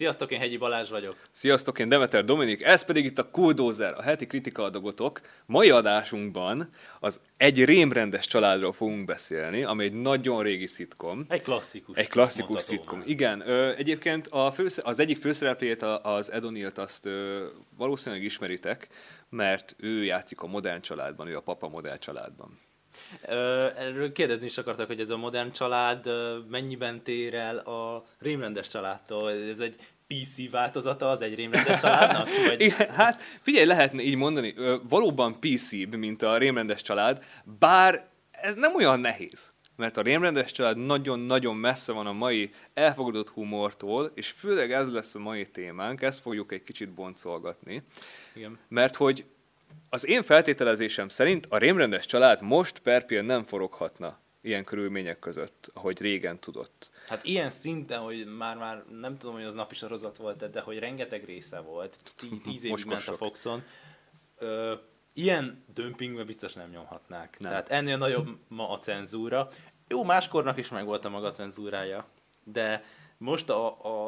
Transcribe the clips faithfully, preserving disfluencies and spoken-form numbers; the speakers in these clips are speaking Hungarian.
Sziasztok, én Hegyi Balázs vagyok. Sziasztok, én Demeter Dominik, ez pedig itt a Kuldózer, a heti kritika adagotok. Mai adásunkban az Egy rémrendes családról fogunk beszélni, ami egy nagyon régi szitkom. Egy klasszikus. Egy klasszikus szitkom, igen. Ö, egyébként a fősz, az egyik főszereplőjét, az Ed O'Neillt, azt ö, valószínűleg ismeritek, mert ő játszik a Modern Családban, ő a papa Modern Családban. Ö, erről kérdezni is akartak, hogy ez a Modern Család ö, mennyiben tér el a rémrendes családtól. Ez egy pé cé változata az Egy rémrendes családnak? Vagy... Igen, hát figyelj, lehetne így mondani, ö, valóban pé cé-b, mint a rémrendes család, bár ez nem olyan nehéz. Mert a rémrendes család nagyon-nagyon messze van a mai elfogadott humortól, és főleg ez lesz a mai témánk, ezt fogjuk egy kicsit boncolgatni. Igen. Mert hogy az én feltételezésem szerint a rémrendes család most per pillanat nem foroghatna ilyen körülmények között, ahogy régen tudott. Hát ilyen szinten, hogy már-már nem tudom, hogy az napi sorozat volt, de hogy rengeteg része volt, tíz évig ment a Foxon. Ö, ilyen dömpingbe biztos nem nyomhatnák. Nem. Tehát ennél nagyobb ma a cenzúra. Jó, máskornak is meg volt a maga cenzúrája, de most a,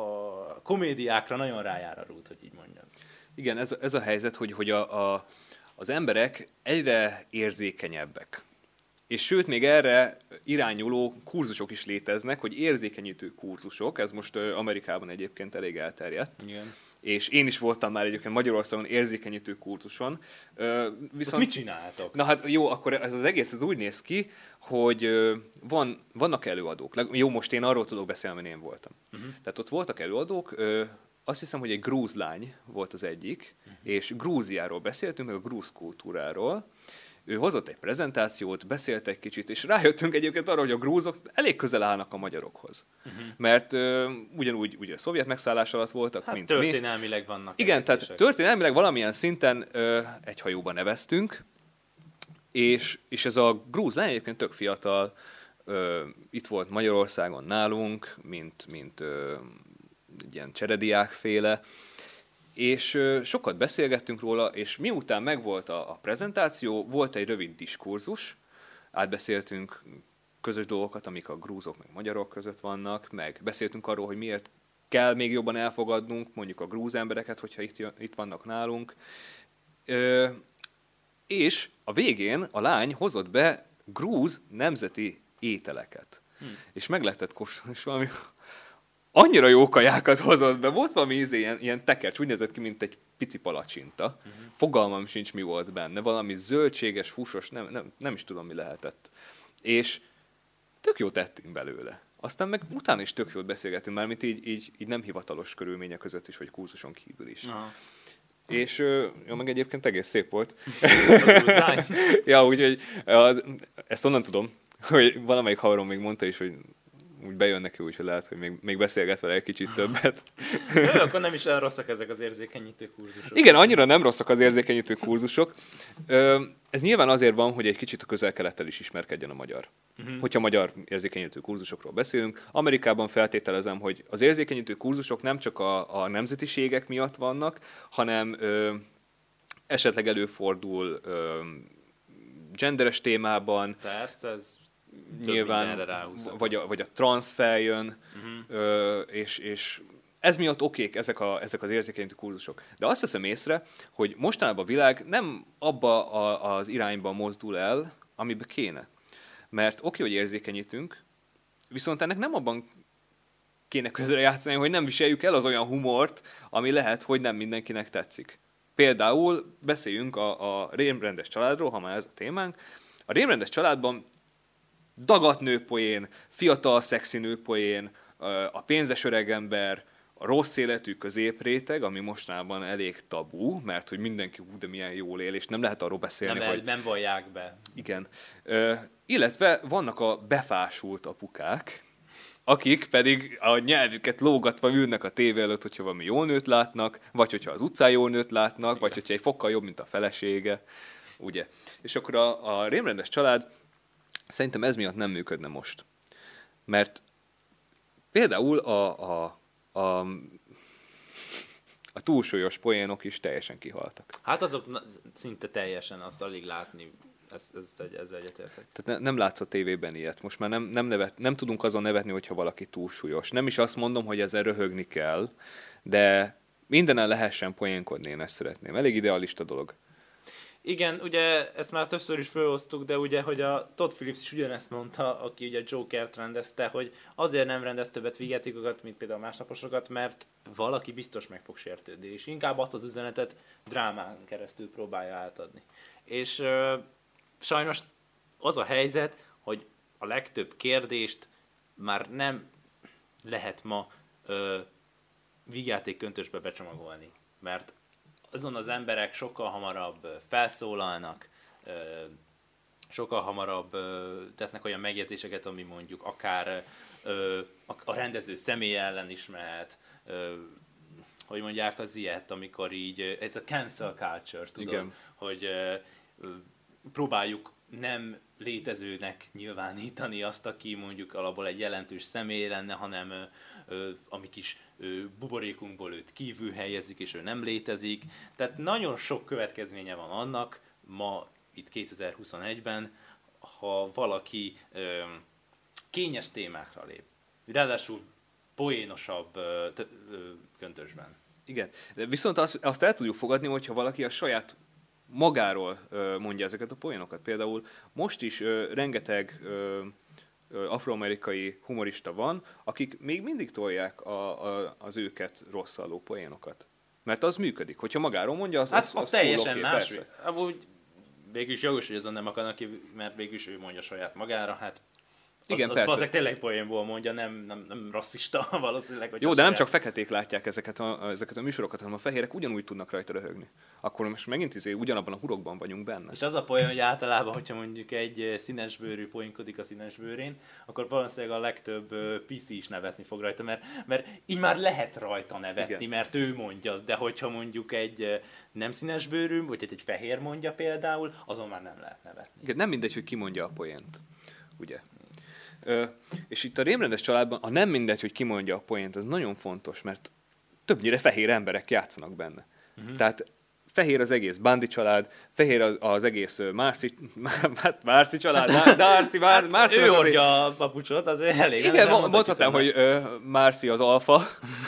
a komédiákra nagyon rájár a rút, hogy így mondjam. Igen, ez, ez a helyzet, hogy, hogy a, a, az emberek egyre érzékenyebbek. És sőt, még erre irányuló kurzusok is léteznek, hogy érzékenyítő kurzusok, ez most Amerikában egyébként elég elterjedt. Igen. És én is voltam már egyébként Magyarországon érzékenyítő kurzuson. Viszont... mit csináltok? Na hát jó, akkor ez az egész az úgy néz ki, hogy van, vannak előadók. Jó, most én arról tudok beszélni, mert én voltam. Uh-huh. Tehát ott voltak előadók, azt hiszem, hogy egy grúz lány volt az egyik, uh-huh. és Grúziáról beszéltünk, meg a grúz kultúráról. Ő hozott egy prezentációt, beszélt egy kicsit, és rájöttünk egyébként arra, hogy a grúzok elég közel állnak a magyarokhoz. Uh-huh. Mert ö, ugyanúgy ugye a szovjet megszállás alatt voltak, hát mint történelmileg mi. vannak. Igen, tehát történelmileg valamilyen szinten ö, egy hajóban neveztünk, és, és ez a grúz lány egyébként tök fiatal, ö, itt volt Magyarországon nálunk, mint, mint ö, ilyen cserediákféle, és sokat beszélgettünk róla, és miután megvolt a, a prezentáció, volt egy rövid diskurzus, átbeszéltünk közös dolgokat, amik a grúzok meg magyarok között vannak, meg beszéltünk arról, hogy miért kell még jobban elfogadnunk mondjuk a grúz embereket, hogyha itt, itt vannak nálunk. Ö, és a végén a lány hozott be grúz nemzeti ételeket. Hm. És meg lehetett kóstolni, és valami... annyira jó kajákat hozott be, volt valami íze, ilyen, ilyen tekercs, úgy nézett ki, mint egy pici palacsinta. Uh-huh. Fogalmam sincs, mi volt benne, valami zöldséges, húsos, nem, nem, nem is tudom, mi lehetett. És tök jót tettünk belőle. Aztán meg utána is tök jót beszélgettünk, mármint így, így, így nem hivatalos körülmények között is, vagy kurzuson kívül is. Uh-huh. És jó, meg egyébként egész szép volt. Ja, úgyhogy az, ezt onnan tudom, hogy valamelyik haverom még mondta is, hogy úgy bejön neki, úgyhogy lehet, hogy még, még beszélget vele egy kicsit többet. Jó, akkor nem is olyan rosszak ezek az érzékenyítő kurzusok. Igen, annyira nem rosszak az érzékenyítő kurzusok. Ez nyilván azért van, hogy egy kicsit a közel-kelettel is ismerkedjen a magyar. Uh-huh. Hogyha magyar érzékenyítő kurzusokról beszélünk. Amerikában feltételezem, hogy az érzékenyítő kurzusok nem csak a, a nemzetiségek miatt vannak, hanem ö, esetleg előfordul ö, genderes témában. Persze, ez... nyilván, vagy a, vagy a transz feljön, uh-huh. ö, és, és ez miatt okék ezek, a, ezek az érzékenyítő kurzusok. De azt veszem észre, hogy mostanában a világ nem abba a, az irányba mozdul el, amiben kéne. Mert oké, hogy érzékenyítünk, viszont ennek nem abban kéne közrejátszani, hogy nem viseljük el az olyan humort, ami lehet, hogy nem mindenkinek tetszik. Például beszéljünk a, a rémrendes családról, ha már ez a témánk. A rémrendes családban dagat nőpoén, fiatal szexi nőpoén, a pénzes öregember, a rossz életű középréteg, ami mostanában elég tabú, mert hogy mindenki úgy, de milyen jól él, és nem lehet arról beszélni, nem, hogy... Nem vallják be. Igen. Ö, illetve vannak a befásult apukák, akik pedig a nyelvüket lógatva ülnek a tévé előtt, hogyha valami jó nőt látnak, vagy hogyha az utcán jó nőt látnak, igen. Vagy hogyha egy fokkal jobb, mint a felesége. Ugye? És akkor a, a rémrendes család szerintem ez miatt nem működne most. Mert például a, a, a, a túlsúlyos poénok is teljesen kihaltak. Hát azok na, szinte teljesen, azt alig látni, ezt, ezt, ezzel egyetértek. Tehát ne, nem látsz a tévében ilyet. Most már nem, nem, nevet, nem tudunk azon nevetni, hogyha valaki túlsúlyos. Nem is azt mondom, hogy ezzel röhögni kell, de mindenen lehessen poénkodni, én ezt szeretném. Elég idealista dolog. Igen, ugye ezt már többször is felhoztuk, de ugye, hogy a Todd Phillips is ugyanezt mondta, aki ugye Jokert rendezte, hogy azért nem rendez többet vígjátékokat, mint például másnaposokat, mert valaki biztos meg fog sértődni, és inkább azt az üzenetet drámán keresztül próbálja átadni. És ö, sajnos az a helyzet, hogy a legtöbb kérdést már nem lehet ma ö, vígjáték köntösbe becsomagolni, mert azon az emberek sokkal hamarabb felszólalnak, sokkal hamarabb tesznek olyan megjegyzéseket, ami mondjuk akár a rendező személy ellen is mehet, hogy mondják az ilyet, amikor így, ez a cancel culture, tudod, igen, hogy próbáljuk nem létezőnek nyilvánítani azt, aki mondjuk alapból egy jelentős személy lenne, hanem a mi kis buborékunkból őt kívül helyezik, és ő nem létezik. Tehát nagyon sok következménye van annak ma, itt kétezer-huszonegyben, ha valaki ö, kényes témákra lép. Ráadásul poénosabb ö, ö, köntösben. Igen, de viszont azt, azt el tudjuk fogadni, hogyha valaki a saját magáról ö, mondja ezeket a poénokat. Például most is ö, rengeteg ö, afroamerikai humorista van, akik még mindig tolják a, a, az őket rosszalló poénokat. Mert az működik. Hogyha magáról mondja, az, hát az, az, az teljesen más. Amúgy végülis jogos, hogy azon nem akarnak ki, mert végülis ő mondja saját magára, hát az, igen, az valószínűleg tényleg poénból mondja, nem, nem, nem rasszista valószínűleg. Hogy jó, de saját... nem csak feketék látják ezeket a, ezeket a műsorokat, hanem a fehérek ugyanúgy tudnak rajta röhögni. Akkor most megint izé, ugyanabban a hurokban vagyunk benne. És az a poén, hogy általában, hogyha mondjuk egy színesbőrű poénkodik a színesbőrén, akkor valószínűleg a legtöbb pé cé is nevetni fog rajta, mert, mert így már lehet rajta nevetni, igen, mert ő mondja, de hogyha mondjuk egy nem színesbőrű, vagy egy fehér mondja például, azon már nem lehet nevetni. Igen, nem mindegy, hogy ki mondja a poént, ugye? Ö, és itt a rémrendes családban a nem mindegy, hogy ki mondja a poént, ez nagyon fontos, mert többnyire fehér emberek játszanak benne. Uh-huh. Tehát fehér az egész Bundy család, fehér az, az egész Marcy, Marcy család, Darcy, Marcy, Marcy ő hordja a papucsot, azért elég. Igen, mondhatnám, hogy uh, Marcy az alfa,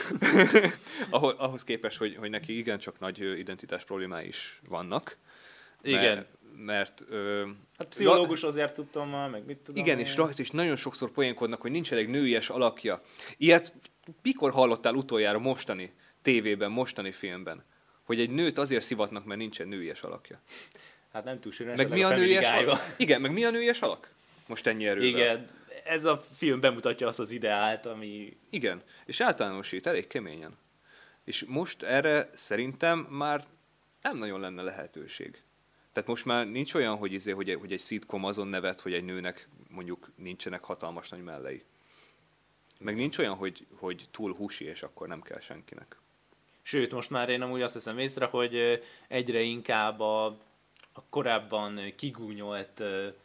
ahhoz, ahhoz képest, hogy, hogy neki igencsak nagy identitás problémái is vannak. Igen. Mert, mert ö, hát pszichológus azért tudtam már, meg mit tudom. igen, én. És rajta is nagyon sokszor poénkodnak, hogy nincs elég nőies alakja. Ilyet mikor hallottál utoljára mostani tévében, mostani filmben? Hogy egy nőt azért szivatnak, mert nincsen nőies alakja. Hát nem túl sűrűn. Meg mi a, a nőies alak? Igen, meg mi a nőies alak? Most ennyi erővel. Igen, ez a film bemutatja azt az ideált, ami... Igen, és általánosít elég keményen. És most erre szerintem már nem nagyon lenne lehetőség. Tehát most már nincs olyan, hogy, izé, hogy, hogy egy szitcom azon nevet, hogy egy nőnek mondjuk nincsenek hatalmas nagy mellei. Meg nincs olyan, hogy, hogy túl húsi, és akkor nem kell senkinek. Sőt, most már én amúgy azt veszem észre, hogy egyre inkább a, a korábban kigúnyolt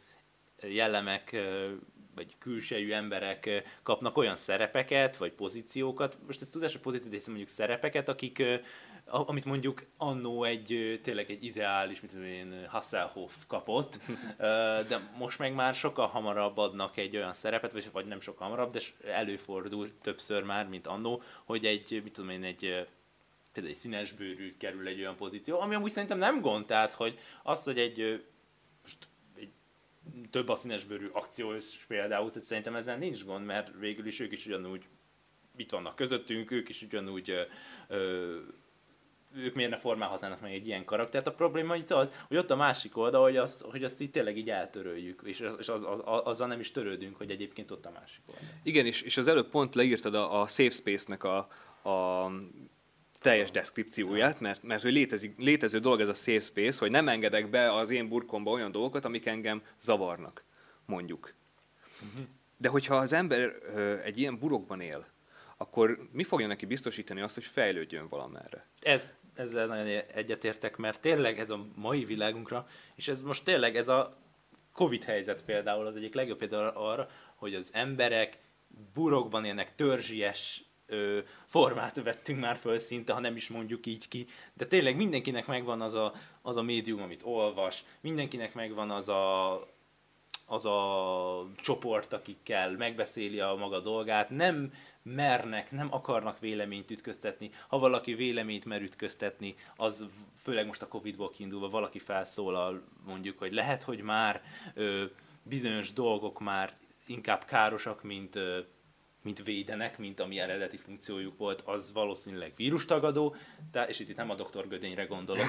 jellemek, vagy külsejű emberek kapnak olyan szerepeket, vagy pozíciókat, most ez tudás a pozíciót, hiszen mondjuk szerepeket, akik, amit mondjuk annó egy, tényleg egy ideális, mit tudom én, Hasselhoff kapott, de most meg már sokkal hamarabb adnak egy olyan szerepet, vagy, vagy nem sokkal hamarabb, de előfordul többször már, mint annó, hogy egy, mit tudom én, egy például egy színesbőrű kerül egy olyan pozíció, ami amúgy szerintem nem gond, tehát hogy az, hogy egy, most egy több a színesbőrű akciós például, tehát szerintem ezen nincs gond, mert végül is ők is ugyanúgy itt vannak közöttünk, ők is ugyanúgy ö, ők miért ne formálhatnának meg egy ilyen karaktert. A probléma itt az, hogy ott a másik oldal, hogy azt, hogy azt így tényleg így eltöröljük, és, és az, az, azzal nem is törődünk, hogy egyébként ott a másik oldal. Igen, és, és az előbb pont leírtad a, a Safe Space-nek a, a teljes deszkripcióját, mert, mert hogy létezik, létező dolog ez a safe space, hogy nem engedek be az én burkomba olyan dolgokat, amik engem zavarnak, mondjuk. Uh-huh. De hogyha az ember ö, egy ilyen burokban él, akkor mi fogja neki biztosítani azt, hogy fejlődjön valamerre? Ez, ezzel nagyon egyetértek, mert tényleg ez a mai világunkra, és ez most tényleg ez a Covid helyzet például az egyik legjobb például arra, hogy az emberek burokban élnek, törzsies formát vettünk már föl szinte, ha nem is mondjuk így ki, de tényleg mindenkinek megvan az a, az a médium, amit olvas, mindenkinek megvan az a, az a csoport, akikkel megbeszéli a maga dolgát, nem mernek, nem akarnak véleményt ütköztetni. Ha valaki véleményt mer ütköztetni, az főleg most a Covidból kiindulva valaki felszólal, mondjuk, hogy lehet, hogy már ö, bizonyos dolgok már inkább károsak, mint, ö, mint védenek, mint ami eredeti funkciójuk volt, az valószínűleg vírustagadó, de, és itt, itt nem a doktor Gödényre gondolok,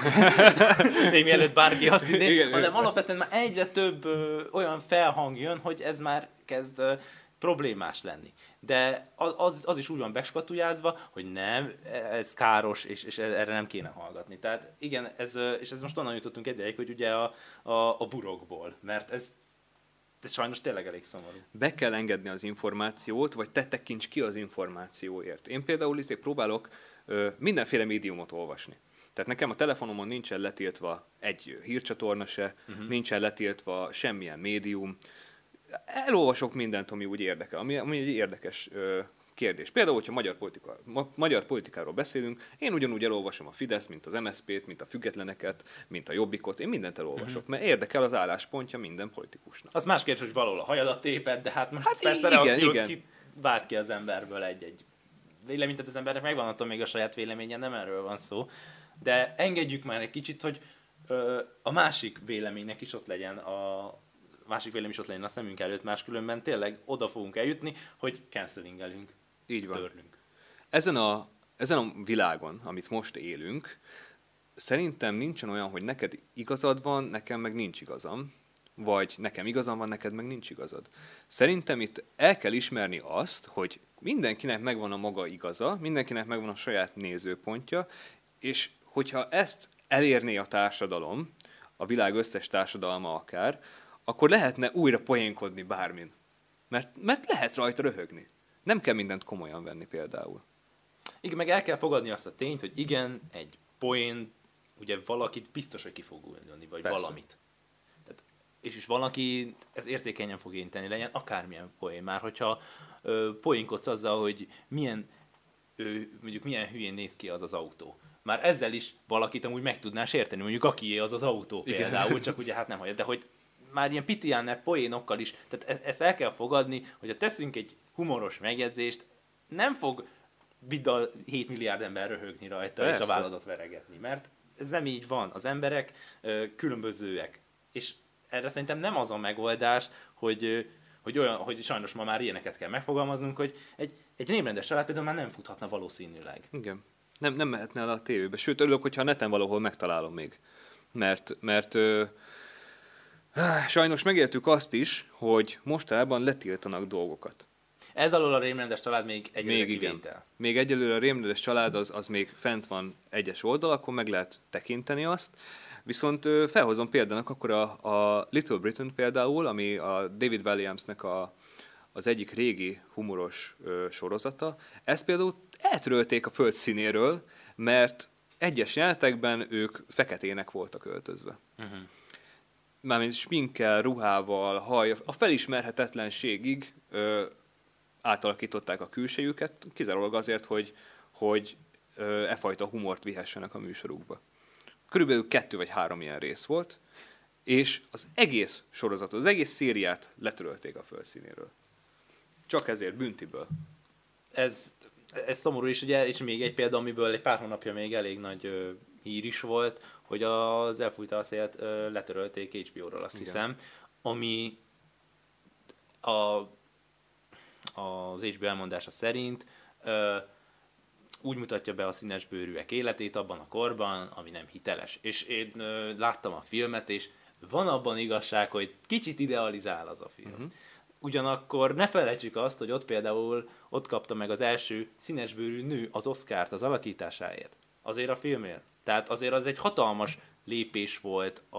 még mielőtt bárki azt hinné, hanem alapvetően már egyre több ö, olyan felhang jön, hogy ez már kezd ö, problémás lenni. De az, az is úgy van beskatujázva, hogy nem, ez káros, és, és erre nem kéne hallgatni. Tehát igen, ez, és ez most onnan jutottunk egyik, hogy ugye a, a, a burokból, mert ez, ez sajnos tényleg elég szomorú. Be kell engedni az információt, vagy te tekints ki az információért. Én például itt próbálok ö, mindenféle médiumot olvasni. Tehát nekem a telefonomon nincsen letiltva egy hírcsatorna se, uh-huh. nincsen letiltva semmilyen médium. Elolvasok mindent, ami úgy érdekel, ami, ami egy érdekes ö, kérdés. Például, hogyha magyar, politika, ma, magyar politikáról beszélünk, én ugyanúgy elolvasom a Fidesz, mint az em es zé pét, mint a Függetleneket, mint a Jobbikot, én mindent elolvasok, uh-huh. mert érdekel az álláspontja minden politikusnak. Az más kérdés, hogy valahol a hajadat téped, de hát most hát persze igen, reakciót igen. Ki, vált ki az emberből egy-egy véleményt, tehát az embernek megvan attól még a saját véleménye, nem erről van szó, de engedjük már egy kicsit, hogy ö, a másik véleménynek is ott legyen a másik vélemény is ott legyen a szemünk előtt, máskülönben tényleg oda fogunk eljutni, hogy cancelingelünk, így van. törlünk. Ezen a, ezen a világon, amit most élünk, szerintem nincsen olyan, hogy neked igazad van, nekem meg nincs igazam, vagy nekem igazam van, neked meg nincs igazad. Szerintem itt el kell ismerni azt, hogy mindenkinek megvan a maga igaza, mindenkinek megvan a saját nézőpontja, és hogyha ezt elérné a társadalom, a világ összes társadalma akár, akkor lehetne újra poénkodni bármin. Mert, mert lehet rajta röhögni. Nem kell mindent komolyan venni például. Igen, meg el kell fogadni azt a tényt, hogy igen, egy poén, ugye valakit biztos, hogy ki fog uldani, vagy persze. Valamit. Tehát, és is valaki ez érzékenyen fog érinteni, legyen akármilyen poén. Már hogyha ö, poénkodsz azzal, hogy milyen, ö, mondjuk milyen hülyén néz ki az az autó. Már ezzel is valakit amúgy meg tudnás érteni, mondjuk akié az az autó például, igen. Csak ugye hát nem hallja, de hogy már ilyen pitiáner poénokkal is, tehát ezt el kell fogadni, hogy ha teszünk egy humoros megjegyzést, nem fog biddal hét milliárd ember röhögni rajta, persze. És a válladat veregetni, mert ez nem így van. Az emberek ö, különbözőek. És erre szerintem nem az a megoldás, hogy, ö, hogy, olyan, hogy sajnos ma már ilyeneket kell megfogalmaznunk, hogy egy, egy rémrendes család például már nem futhatna valószínűleg. Igen. Nem, nem mehetne el a tévébe. Sőt, örülök, hogyha a neten valahol megtalálom még. Mert, mert ö, sajnos megéltük azt is, hogy mostanában letiltanak dolgokat. Ez alól a rémrendes család még egyelőre még kivétel. Igen. Még egyelőre a rémrendes család az, az még fent van egyes oldalakon, meg lehet tekinteni azt. Viszont ö, felhozom példának akkor a, a Little Britain például, ami a David Walliamsnek a, az egyik régi humoros ö, sorozata. Ezt például eltörölték a föld színéről, mert egyes jelenetekben ők feketének voltak öltözve. Uh-huh. Mármint sminkkel, ruhával, haj, a felismerhetetlenségig ö, átalakították a külsejüket, kizárólag azért, hogy, hogy ö, e fajta humort vihessenek a műsorukba. Körülbelül kettő vagy három ilyen rész volt, és az egész sorozatot, az egész szériát letörölték a földszínéről. Csak ezért, büntiből. Ez, ez szomorú is, ugye, és még egy példa, amiből egy pár hónapja még elég nagy ö, hír is volt, hogy az Elfújta a szélt ö, letörölték há bé ó-ról, azt igen. Hiszem, ami a, az há bé ó elmondása szerint ö, úgy mutatja be a színesbőrűek életét abban a korban, ami nem hiteles. És én ö, láttam a filmet, és van abban igazság, hogy kicsit idealizál az a film. Uh-huh. Ugyanakkor ne felejtsük azt, hogy ott például ott kapta meg az első színesbőrű nő az Oscart az alakításáért. Azért a filmért. Tehát azért az egy hatalmas lépés volt a,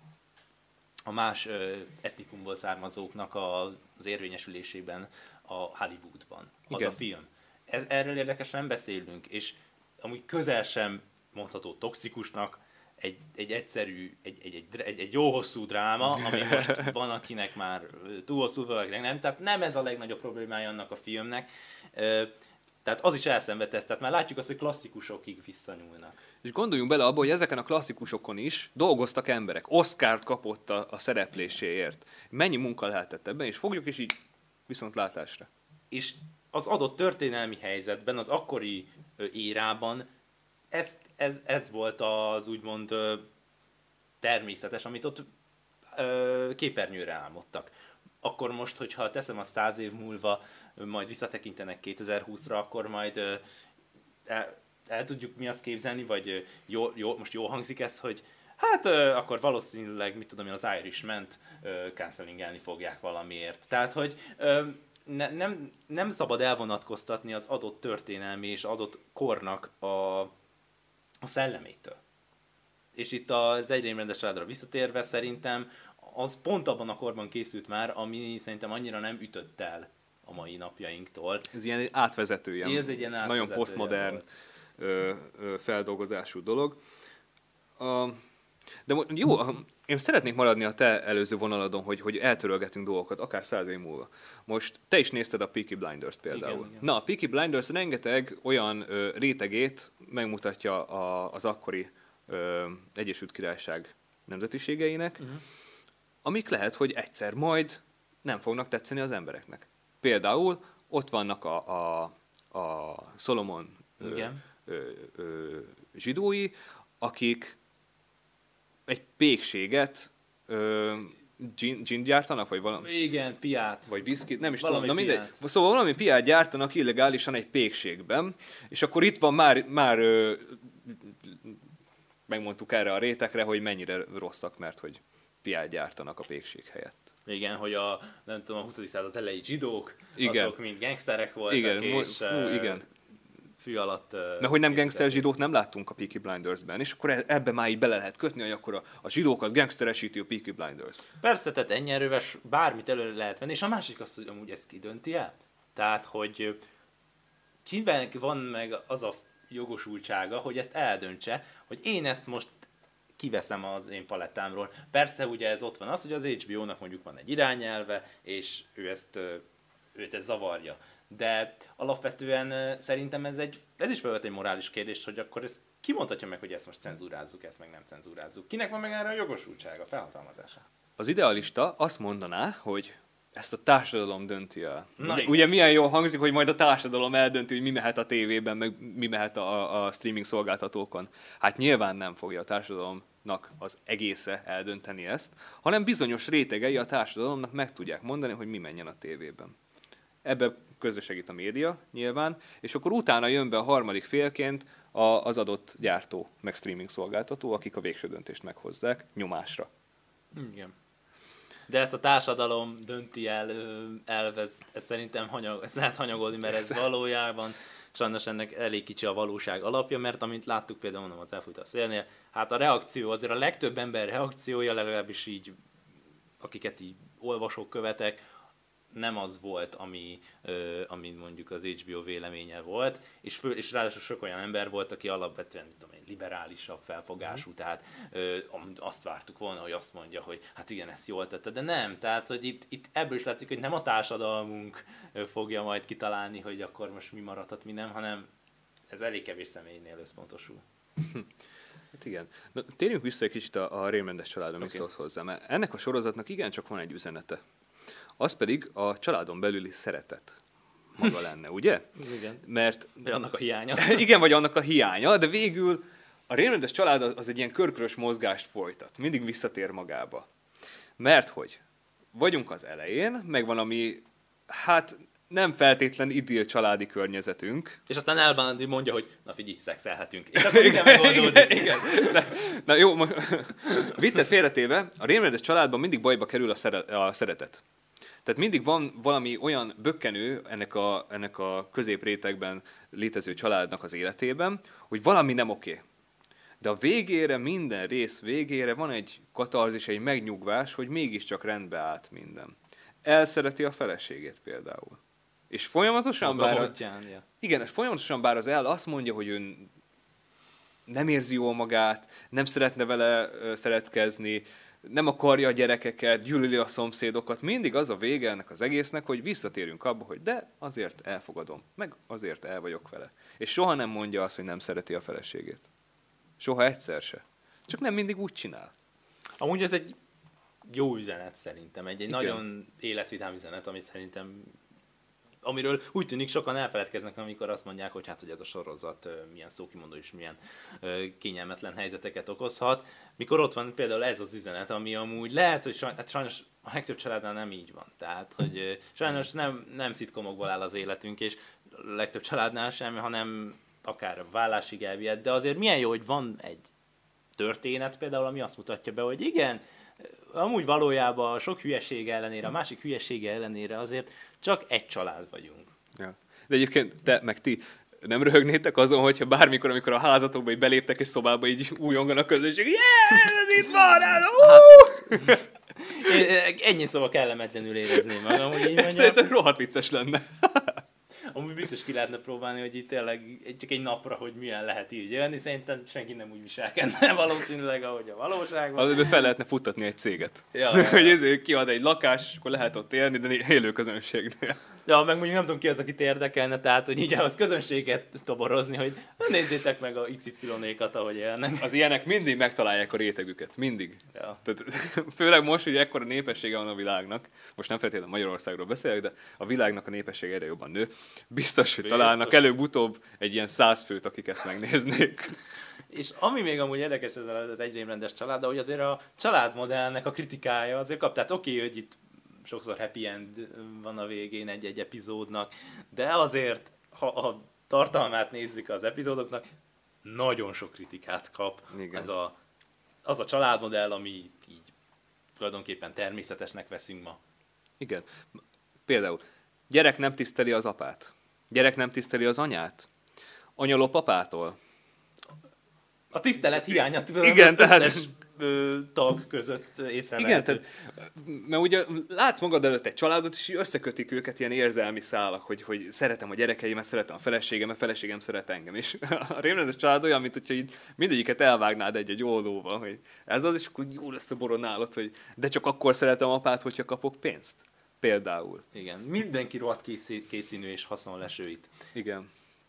a más ö, etnikumból származóknak a, az érvényesülésében a Hollywoodban. Az igen. A film. Ez, erről érdekes nem beszélünk, és amúgy közel sem mondható toxikusnak egy, egy egyszerű, egy, egy, egy, egy, egy jó hosszú dráma, ami most van, akinek már túl hosszú, valakinek nem. Tehát nem ez a legnagyobb problémája annak a filmnek. Tehát az is elszenvedte ezt, tehát már látjuk azt, hogy klasszikusokig visszanyúlnak. És gondoljunk bele abba, hogy ezeken a klasszikusokon is dolgoztak emberek. Oscart kapott a, a szerepléséért. Mennyi munka lehetett ebben, és fogjuk is így viszontlátásra. És az adott történelmi helyzetben, az akkori ö, érában ez, ez, ez volt az úgymond ö, természetes, amit ott ö, képernyőre álmodtak. Akkor most, hogyha teszem azt száz év múlva, majd visszatekintenek kétezer-húszra, akkor majd ö, el, el tudjuk mi azt képzelni, vagy ö, jó, jó, most jól hangzik ez, hogy hát ö, akkor valószínűleg, mit tudom én, az Irishman-t ö, cancelingelni fogják valamiért. Tehát, hogy ö, ne, nem, nem szabad elvonatkoztatni az adott történelmi és adott kornak a, a szellemétől. És itt az Egy rémrendes családra visszatérve szerintem az pont abban a korban készült már, ami szerintem annyira nem ütött el a mai napjainktól. Ez ilyen átvezető, ilyen, Ez egy ilyen átvezető nagyon posztmodern ö, ö, feldolgozású dolog. A, de jó, én szeretnék maradni a te előző vonaladon, hogy, hogy eltörölgetünk dolgokat, akár száz év múlva. Most te is nézted a Peaky Blinders-t például. Igen, igen. Na, a Peaky Blinders rengeteg olyan ö, rétegét megmutatja a, az akkori ö, Egyesült Királyság nemzetiségeinek, uh-huh. amik lehet, hogy egyszer majd nem fognak tetszeni az embereknek. Például ott vannak a, a, a Solomon ö, ö, ö, zsidói, akik egy pékséget ö, gin, gin gyártanak, vagy valami? Igen, piát. Vagy viszkit, nem is valami tudom. Na mindegy. piát. Szóval valami piát gyártanak illegálisan egy pékségben, és akkor itt van már, már ö, megmondtuk erre a rétekre, hogy mennyire rosszak, mert hogy piát gyártanak a pékség helyett. Igen, hogy a, nem tudom, a huszadik század elejé zsidók, igen. azok mind gangsterek voltak, igen. és Fú, igen. fű alatt... Mert hogy nem gangster zsidót nem láttunk a Peaky Blindersben, és akkor ebbe már így bele lehet kötni, hogy akkor a, a zsidókat gangsteresíti a Peaky Blinders. Persze, tehát ennyi erőves bármit elő lehet venni, és a másik az, hogy amúgy ezt ki dönti el. Tehát, hogy kiben van meg az a jogosultsága, hogy ezt eldöntse, hogy én ezt most kiveszem az én palettámról. Persze ugye ez ott van az, hogy az há bé ó-nak mondjuk van egy irányelve, és ő ezt, őt ez zavarja. De alapvetően szerintem ez, egy, ez is felvet egy morális kérdést, hogy akkor ezt ki mondhatja meg, hogy ezt most cenzúrázzuk, ezt meg nem cenzúrázzuk. Kinek van meg erre a jogosultsága, felhatalmazása? Az idealista azt mondaná, hogy ezt a társadalom dönti el. Na, ugye, ugye milyen jól hangzik, hogy majd a társadalom eldönti, hogy mi mehet a tévében, meg mi mehet a, a streaming szolgáltatókon. Hát nyilván nem fogja a társadalomnak az egésze eldönteni ezt, hanem bizonyos rétegei a társadalomnak meg tudják mondani, hogy mi menjen a tévében. Ebbe közösegít a média nyilván, és akkor utána jön be a harmadik félként a, az adott gyártó, meg streaming szolgáltató, akik a végső döntést meghozzák nyomásra. Igen. De ezt a társadalom dönti el, elv, ez, ez szerintem hanyag, ezt lehet hanyagolni, mert ez valójában sajnos ennek elég kicsi a valóság alapja, mert amint láttuk például mondom az Elfújt a szélnél, hát a reakció, azért a legtöbb ember reakciója, legalábbis így, akiket így olvasók, követek, nem az volt, ami, ö, ami mondjuk az há bé o véleménye volt, és, fő, és ráadásul sok olyan ember volt, aki alapvetően tudom én, liberálisabb felfogású, mm. tehát ö, azt vártuk volna, hogy azt mondja, hogy hát igen, ezt jól tette, de nem, tehát hogy itt, itt ebből is látszik, hogy nem a társadalmunk fogja majd kitalálni, hogy akkor most mi maradhat, mi nem, hanem ez elég kevés személynél összpontosul. Hát igen. Na, térjünk vissza egy kicsit a, a Rémrendes családra, okay. Mit szólsz hozzá, mert ennek a sorozatnak igencsak van egy üzenete. Az pedig a családon belüli szeretet maga lenne, ugye? Igen. Mert... Vagy annak a hiánya. Igen, vagy annak a hiánya, de végül a Rémrendes család az egy ilyen körkörös mozgást folytat. Mindig visszatér magába. Mert hogy vagyunk az elején, meg van ami, hát nem feltétlen idill családi környezetünk. És aztán Elbándi mondja, hogy na figyelj, szexelhetünk. És akkor minden megoldódik. Igen. Na, na jó, viccet félretéve, a Rémrendes családban mindig bajba kerül a, szere, a szeretet. Tehát mindig van valami olyan bökkenő ennek a, ennek a középrétegben létező családnak az életében, hogy valami nem oké. De a végére, minden rész végére van egy katarzis, egy megnyugvás, hogy mégiscsak rendbe állt minden. Elszereti a feleségét például. És folyamatosan bár... A, igen, és folyamatosan bár az el azt mondja, hogy ő nem érzi jól magát, nem szeretne vele szeretkezni, nem akarja a gyerekeket, gyűlöli a szomszédokat, mindig az a vége ennek az egésznek, hogy visszatérünk abba, hogy de azért elfogadom, meg azért el vagyok vele. És soha nem mondja azt, hogy nem szereti a feleségét. Soha egyszer se. Csak nem mindig úgy csinál. Amúgy ez egy jó üzenet szerintem, egy, egy nagyon életvidám üzenet, amit szerintem, amiről úgy tűnik sokan elfeledkeznek, amikor azt mondják, hogy hát, hogy ez a sorozat milyen szókimondó és milyen kényelmetlen helyzeteket okozhat. Mikor ott van például ez az üzenet, ami amúgy lehet, hogy sajnos, hát sajnos a legtöbb családnál nem így van. Tehát, hogy sajnos nem, nem szitkomokból áll az életünk, és a legtöbb családnál sem, hanem akár vállásig elvihet, de azért milyen jó, hogy van egy történet például, ami azt mutatja be, hogy igen, amúgy valójában a sok hülyeség ellenére, a másik hülyesége ellenére azért csak egy család vagyunk. Ja. De egyébként te, meg ti nem röhögnétek azon, hogyha bármikor, amikor a házatokba így beléptek egy szobába, így újongan a közösség, yeah, ez itt van! Hát, ennyi szóval kellemetlenül érezném magam, hogy így mondjam. Szerintem rohadt vicces lenne. Amúgy biztos ki lehetne próbálni, hogy itt tényleg csak egy napra, hogy milyen lehet így jönni. Szerintem senki nem úgy viselkedne valószínűleg, ahogy a valóságban. Azért fel lehetne futtatni egy céget. Ja, ja. Hogy ezért kiad egy lakást, akkor lehet ott élni, de élő közönségnél. Ja, meg mondjuk nem tudom ki az, akit érdekelne, tehát hogy így ahhoz közönséget toborozni, hogy nézzétek meg a iksz ipszilonékat, ahogy élnek. Az ilyenek mindig megtalálják a rétegüket, mindig. Ja. Tehát, főleg most, hogy ekkora népessége van a világnak, most nem feltétlenül Magyarországról beszélek, de a világnak a népessége egyre jobban nő. Biztos, hogy Biztos. találnak előbb-utóbb egy ilyen száz főt, akik ezt megnéznék. És ami még amúgy érdekes ezzel az egyrémrendes család, hogy azért a családmodellnek a kritikája azért kap, tehát oké, okay, hogy itt sokszor happy end van a végén egy-egy epizódnak, de azért, ha a tartalmát nézzük az epizódoknak, nagyon sok kritikát kap. Ez a, az a családmodell, ami így tulajdonképpen természetesnek veszünk ma. Igen. Például, gyerek nem tiszteli az apát. Gyerek nem tiszteli az anyát. Anya lop apától. A tisztelet hiánya tudom, igen, az tehát... összes ö, tag között észrevehető. Igen, tehát, mert ugye látsz magad előtt egy családot, és összekötik őket ilyen érzelmi szálak, hogy, hogy szeretem a gyerekeimet, szeretem a feleségemet, a feleségem szeret engem. És a rémrendes család olyan, mint hogyha így mindegyiket elvágnád egy-egy oldóval, hogy ez az, és akkor jól összeboronálod, hogy de csak akkor szeretem apát, hogyha kapok pénzt. Például. Igen, mindenki rohadt kétszínű és haszonleső itt. Igen.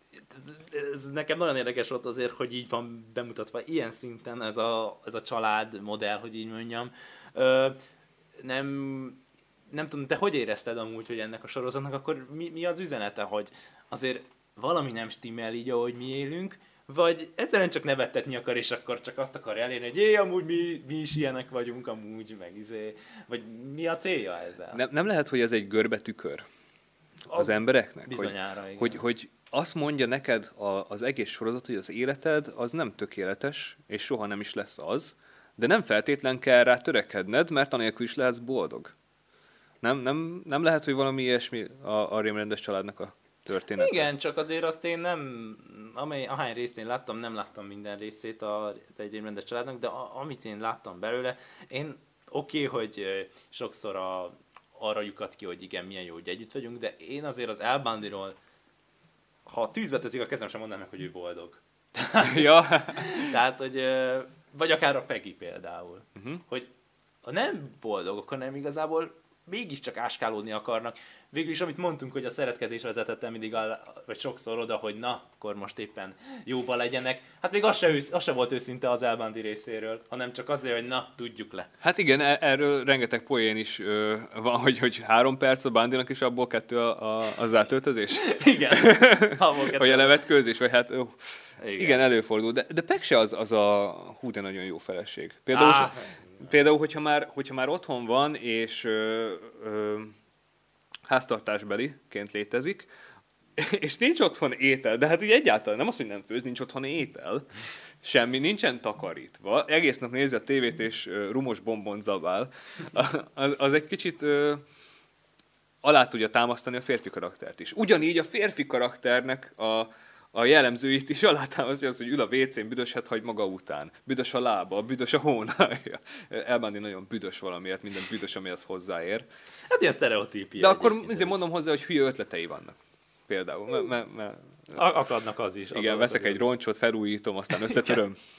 Ez nekem nagyon érdekes volt azért, hogy így van bemutatva ilyen szinten ez a, ez a család modell, hogy így mondjam. Ö, nem, nem tudom, te hogy érezted amúgy, hogy ennek a sorozatnak akkor mi, mi az üzenete, hogy azért valami nem stimmel így, ahogy mi élünk, vagy egyszerűen csak nevettetni akar, és akkor csak azt akar elérni, hogy jé, amúgy mi, mi is ilyenek vagyunk, amúgy, meg izé, vagy mi a célja ezzel? Nem, nem lehet, hogy ez egy görbe tükör az a, embereknek? Bizonyára, hogy, hogy, hogy azt mondja neked a, az egész sorozat, hogy az életed az nem tökéletes, és soha nem is lesz az, de nem feltétlen kell rá törekedned, mert anélkül is lehetsz boldog. Nem, nem, nem lehet, hogy valami ilyesmi a, a rémrendes családnak a története. Igen, csak azért azt én nem, amely, ahány részt én láttam, nem láttam minden részét az egy rémrendes családnak, de a, amit én láttam belőle, én oké, okay, hogy sokszor a, arra lyukat ki, hogy igen, milyen jó, hogy együtt vagyunk, de én azért az Al Bundyról, ha tűzbe teszik a kezem, sem mondanám meg, hogy ő boldog. Ja. Tehát, hogy, vagy akár a Peggy például, uh-huh. hogy ha nem boldogok, hanem igazából mégiscsak áskálódni akarnak. Végül is, amit mondtunk, hogy a szeretkezés vezetette mindig, a, vagy sokszor oda, hogy na, akkor most éppen jóba legyenek. Hát még az se, ősz, az se volt őszinte az Al Bundy részéről, hanem csak azért, hogy na, tudjuk le. Hát igen, erről rengeteg poén is ö, van, hogy, hogy három perc a Bundynak, és abból kettő a, a, az átöltözés. Igen. Vagy a levetkőzés, vagy hát ó, igen. igen, előfordul. De, de Peg se az, az a hú, de nagyon jó feleség. Például, ah. például hogyha, már, hogyha már otthon van, és ö, ö, háztartásbeliként létezik, és nincs otthon étel, de hát így egyáltalán nem az, hogy nem főz, nincs otthon étel, semmi, nincsen takarítva, egész nap nézi a tévét és uh, rumos bombont zabál, az, az egy kicsit uh, alá tudja támasztani a férfi karaktert is. Ugyanígy a férfi karakternek a, a jellemzőit is alátámasztja az, hogy ül a vécén, büdöset hagy maga után. Büdös a lába, büdös a hónálja. Al Bundy nagyon büdös valamiért, minden büdös, amihez hozzáér. Hát ilyen sztereotípia. De akkor azért mondom hozzá, hogy hülye ötletei vannak. Például. Me, me, me, Akadnak az is. Igen, veszek egy roncsot, felújítom, aztán összetöröm.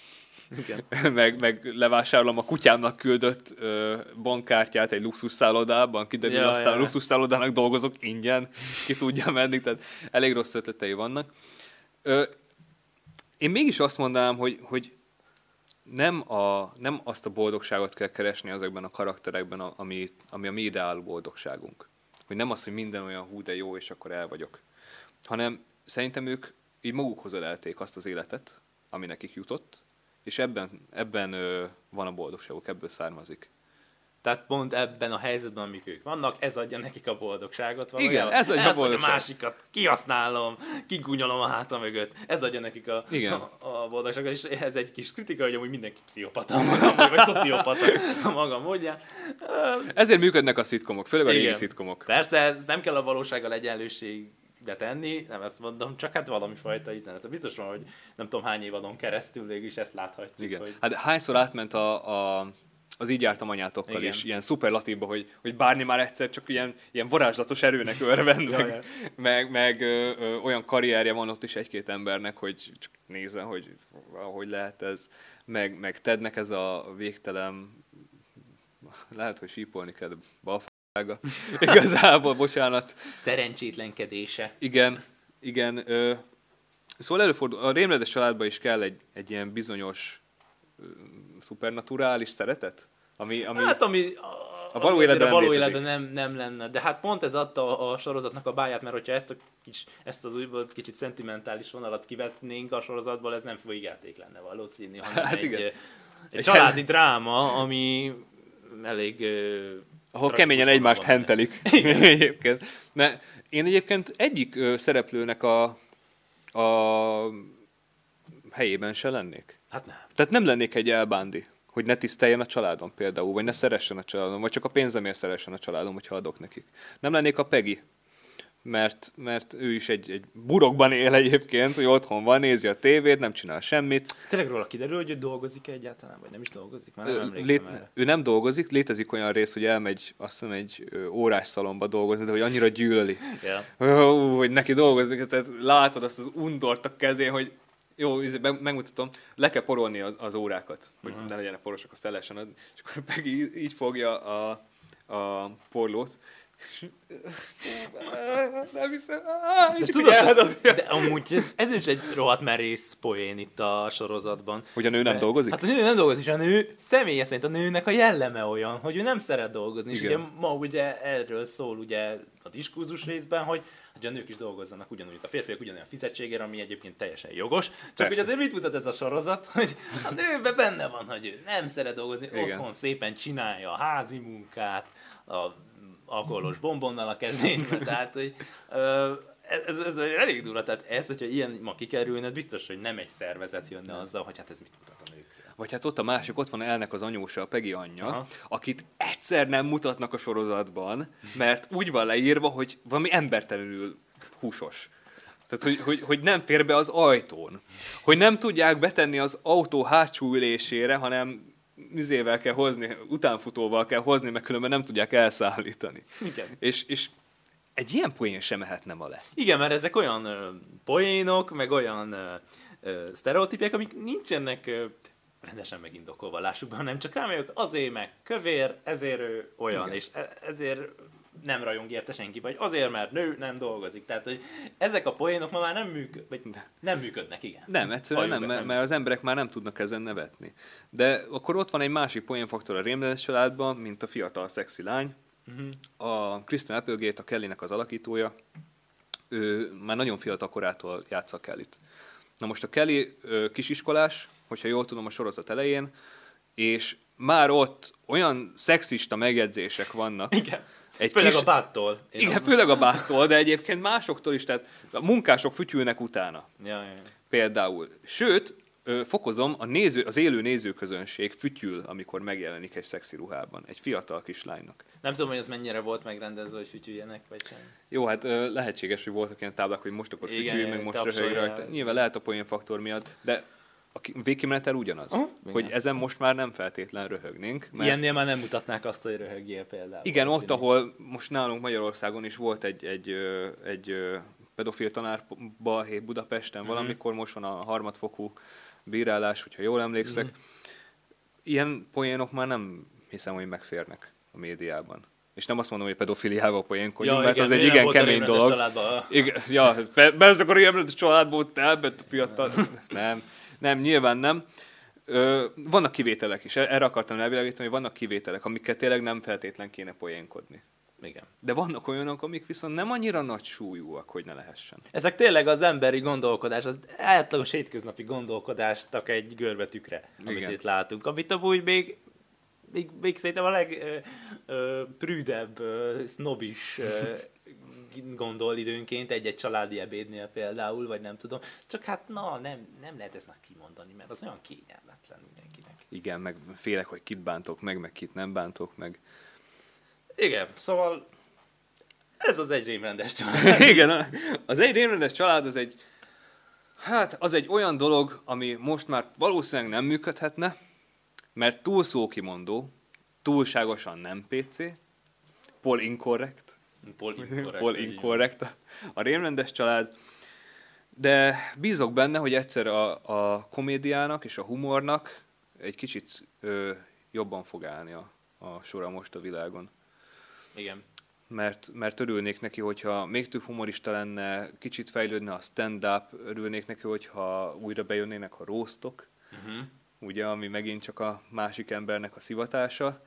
Igen. meg, meg levásárolom a kutyámnak küldött ö, bankkártyát egy luxuszállodában, kiderül, ja, aztán ja. a luxusszállodának dolgozok ingyen, ki tudja menni, tehát elég rossz ötletei vannak. Ö, én mégis azt mondanám, hogy, hogy nem, a, nem azt a boldogságot kell keresni ezekben a karakterekben, ami, ami a mi ideál boldogságunk. Hogy nem az, hogy minden olyan hú de jó, és akkor el vagyok. Hanem szerintem ők így magukhoz ölelték azt az életet, ami nekik jutott, és ebben, ebben ö, van a boldogságuk, ebből származik. Tehát pont ebben a helyzetben, amik ők vannak, ez adja nekik a boldogságot. Valójában. Igen, ez adja ez a boldogságot. A másikat kihasználom, kigúnyolom a hátam mögött. Ez adja nekik a, a, a boldogságot, és ez egy kis kritika, hogy amúgy mindenki pszichopata magam, vagy szociopata a maga módján. Ezért működnek a szitkomok, főleg a régi szitkomok. Persze, ez nem kell a valósággal egyenlőségbe tenni, nem ezt mondom, csak hát valami fajta üzenet. Biztos van, hogy nem tudom hány évadon keresztül végül is ezt láthatjuk. Igen. Hogy... Hát hányszor átment a, a az Így jártam anyátokkal is, ilyen szuperlatívba, hogy, hogy bárni már egyszer csak ilyen, ilyen varázslatos erőnek örvend, meg, ja, meg, meg ö, ö, olyan karrierje van ott is egy-két embernek, hogy csak nézzen, hogy hogy lehet ez, meg, meg Tednek ez a végtelen, lehet, hogy sípolni kell, de balfága, igazából, bocsánat. Szerencsétlenkedése. Igen, igen. Ö, szóval előfordul, a Rémledes családban is kell egy, egy ilyen bizonyos szupernaturális szeretet? Ami, ami hát ami a, a való életben, a való életben nem, nem lenne. De hát pont ez adta a sorozatnak a báját, mert hogyha ezt, a kis, ezt az újból kicsit szentimentális vonalat kivetnénk a sorozatból, ez nem folyjáték lenne valószínű, hanem hát egy, egy, egy családi dráma, ami elég... Ahol keményen egymást hentelik. Egyébként. Ne, én egyébként egyik ö, szereplőnek a, a helyében se lennék. Hát nem. Tehát nem lennék egy elbándi, hogy ne tiszteljen a családom például, vagy ne szeressen a családom, vagy csak a pénzemért szeressen a családom, hogyha adok nekik. Nem lennék a Peggy, mert, mert ő is egy, egy burokban él egyébként, hogy otthon van, nézi a tévét, nem csinál semmit. Tényleg róla kiderül, hogy ő dolgozik egyáltalán, vagy nem is dolgozik? Már nem emlékszem Lét, erre. Ő nem dolgozik, létezik olyan rész, hogy elmegy azt mondom, egy órás szalomba dolgozni, de hogy annyira gyűlöli, yeah. hogy neki dolgozik, tehát látod azt az undort a kezén, hogy jó, megmutatom, le kell porolni az, az órákat, hogy uh-huh. ne legyenek porosak, azt el lehessen adni. És akkor meg így, így fogja a, a porlót, nem hiszem, és tudod, eldobja. De amúgy ez, ez is egy rohadt merész poén itt a sorozatban. Hogy a nő nem de, dolgozik? Hát a nő nem dolgozik, és a nő személye szerint a nőnek a jelleme olyan, hogy ő nem szeret dolgozni. Igen. És ugye ma ugye erről szól ugye a diskurzus részben, hogy hogy a nők is dolgozzanak ugyanúgy, a férfiak ugyanolyan fizetségére, ami egyébként teljesen jogos. Csak hogy azért mit mutat ez a sorozat, hogy a nőben benne van, hogy ő nem szeret dolgozni, igen. Otthon szépen csinálja a házi munkát, a alkoholos bombonnal a kezén, tehát hogy ez, ez, ez elég durva, tehát ez, hogyha ilyen ma kikerülne, biztos, hogy nem egy szervezet jönne nem. azzal, hogy hát ez mit mutat a nőkről. Vagy hát ott a másik, ott van Elnek az anyósa, a Peggy anyja, aha. akit egyszer nem mutatnak a sorozatban, mert úgy van leírva, hogy valami embertelenül húsos. Tehát, hogy, hogy, hogy nem fér be az ajtón. Hogy nem tudják betenni az autó hátsó ülésére, hanem mizével kell hozni, utánfutóval kell hozni, mert különben nem tudják elszállítani. Igen. És, és egy ilyen poén sem mehetne ma le. Igen, mert ezek olyan ö, poénok, meg olyan ö, ö, sztereotípiák, amik nincsenek ö, rendesen megindokolva, lássuk be, hanem csak rámegyek, azért meg kövér, ezért ő olyan, igen. és ezért nem rajong érte senki, vagy azért, mert nő nem dolgozik. Tehát, hogy ezek a poénok ma már nem, működ, vagy nem működnek, igen. Nem, egyszerűen nem, mert, mert az emberek már nem tudnak ezen nevetni. De akkor ott van egy másik poénfaktor a Rémledes családban, mint a fiatal szexi lány. Uh-huh. A Kristen Applegate, a Kellynek az alakítója, ő már nagyon fiatal korától játsza Kellyt. Na most a Kelly ö, kisiskolás, hogyha jól tudom a sorozat elején, és már ott olyan szexista megjegyzések vannak. Igen. Egy főleg kis... a báttól. Igen, főleg a báttól, de egyébként másoktól is, tehát a munkások fütyülnek utána. Ja, ja, ja. Például. Sőt, ö, fokozom, a néző, az élő nézőközönség fütyül, amikor megjelenik egy szexi ruhában, egy fiatal kislánynak. Nem tudom, hogy ez mennyire volt megrendezve, hogy fütyüljenek, vagy sem. Jó, hát ö, lehetséges, hogy voltak ilyen táblák, hogy most akkor fütyülj, meg most röhög rajta. Nyilván lehet a poénfaktor miatt, de a végkimenetel ugyanaz, uh-huh. hogy igen. ezen most már nem feltétlen röhögnénk. Mert... Ilyennél már nem mutatnák azt, hogy röhögjél például. Igen, ott, ahol most nálunk Magyarországon is volt egy, egy, egy, egy pedofil tanár Balhé Budapesten, uh-huh. valamikor most van a harmadfokú bírálás, hogyha jól emlékszek. Mm. Ilyen poénok már nem hiszem, hogy megférnek a médiában. És nem azt mondom, hogy pedofiliával poénkodjunk, ja, mert igen, az egy igen kemény dolog. Igen, ja, mert ezek a rémletes családból elbett a fiatal. Nem, nem, nyilván nem. Ö, vannak kivételek is, erre akartam elvilágítani, hogy vannak kivételek, amikkel tényleg nem feltétlen kéne poénkodni. Igen. De vannak olyanok, amik viszont nem annyira nagy súlyúak, hogy ne lehessen. Ezek tényleg az emberi gondolkodás, az általában hétköznapi gondolkodásnak egy görbetükre, amit igen. itt látunk, amit amúgy még, még, még szerintem a legprűdebb, sznobis gondol időnként egy-egy családi ebédnél például, vagy nem tudom. Csak hát na, nem, nem lehet ezt már kimondani, mert az olyan kényelmetlen mindenkinek. Igen, meg félek, hogy kit bántok meg, meg kit nem bántok meg. Igen, szóval ez az egy rémrendes család. Igen, az egy rémrendes család az egy, hát az egy olyan dolog, ami most már valószínűleg nem működhetne, mert túl szókimondó, túlságosan nem pé cé, pol incorrect, pol incorrect, pol incorrect a, a rémrendes család, de bízok benne, hogy egyszer a, a komédiának és a humornak egy kicsit ö, jobban fog állni a, a sora most a világon. Igen. Mert, mert örülnék neki, hogyha még több humorista lenne, kicsit fejlődne a stand-up, örülnék neki, hogyha újra bejönnének a roastok, uh-huh. ugye, ami megint csak a másik embernek a szivatása.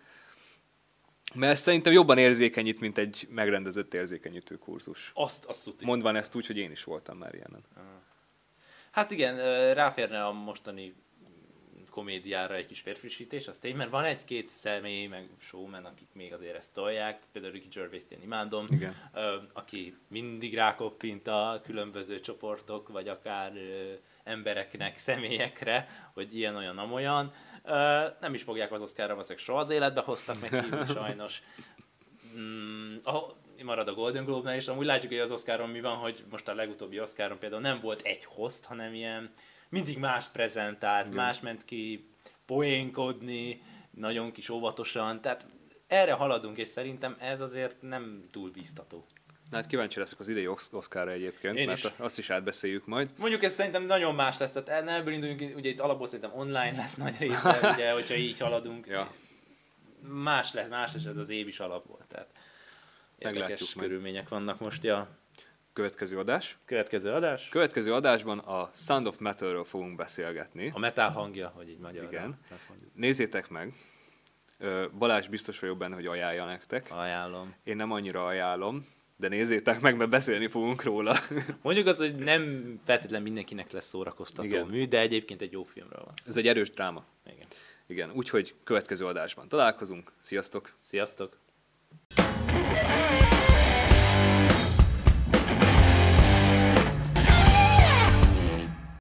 Mert szerintem jobban érzékenyít, mint egy megrendezett érzékenyítő kurzus. Azt, azt tudjuk. Mondván ezt úgy, hogy én is voltam már ilyenen. Hát igen, ráférne a mostani komédiára egy kis férfrissítés, az tény, mert van egy-két személy, meg showman, akik még azért ezt tolják, például Ricky Gervais-t én imádom, igen. aki mindig rákoppint a különböző csoportok, vagy akár embereknek, személyekre, hogy ilyen-olyan, amolyan. Nem is fogják az Oscarra, valószínűleg soha az életbe hoztak meg hívni, sajnos. Mm, oh, marad a Golden Globe-nál, és amúgy látjuk, hogy az Oscaron mi van, hogy most a legutóbbi Oscaron például nem volt egy host, hanem ilyen mindig más prezentált, igen. más ment ki poénkodni, nagyon kis óvatosan, tehát erre haladunk, és szerintem ez azért nem túl bíztató. Na hát kíváncsi leszek az idei Oscarra egyébként, Én mert is. azt is átbeszéljük majd. Mondjuk ez szerintem nagyon más lesz, tehát ebből induljunk, ugye itt alapból szerintem online lesz nagy része, ugye, hogyha így haladunk. Ja. Más lesz, más eset az év is alap volt, tehát érdekes körülmények vannak most, ja. Következő adás. Következő adás. Következő adásban a Sound of Metal-ről fogunk beszélgetni. A metal hangja, hogy így magyarul. Igen. Nézzétek meg. Balázs biztos vagyok benne, hogy ajánlja nektek. Ajánlom. Én nem annyira ajánlom, de nézzétek meg, mert beszélni fogunk róla. Mondjuk az, hogy nem feltétlenül mindenkinek lesz szórakoztató Igen. mű, de egyébként egy jó filmről van szó. Ez egy erős dráma. Igen. Igen, úgyhogy következő adásban találkozunk. Sziasztok! Sziasztok!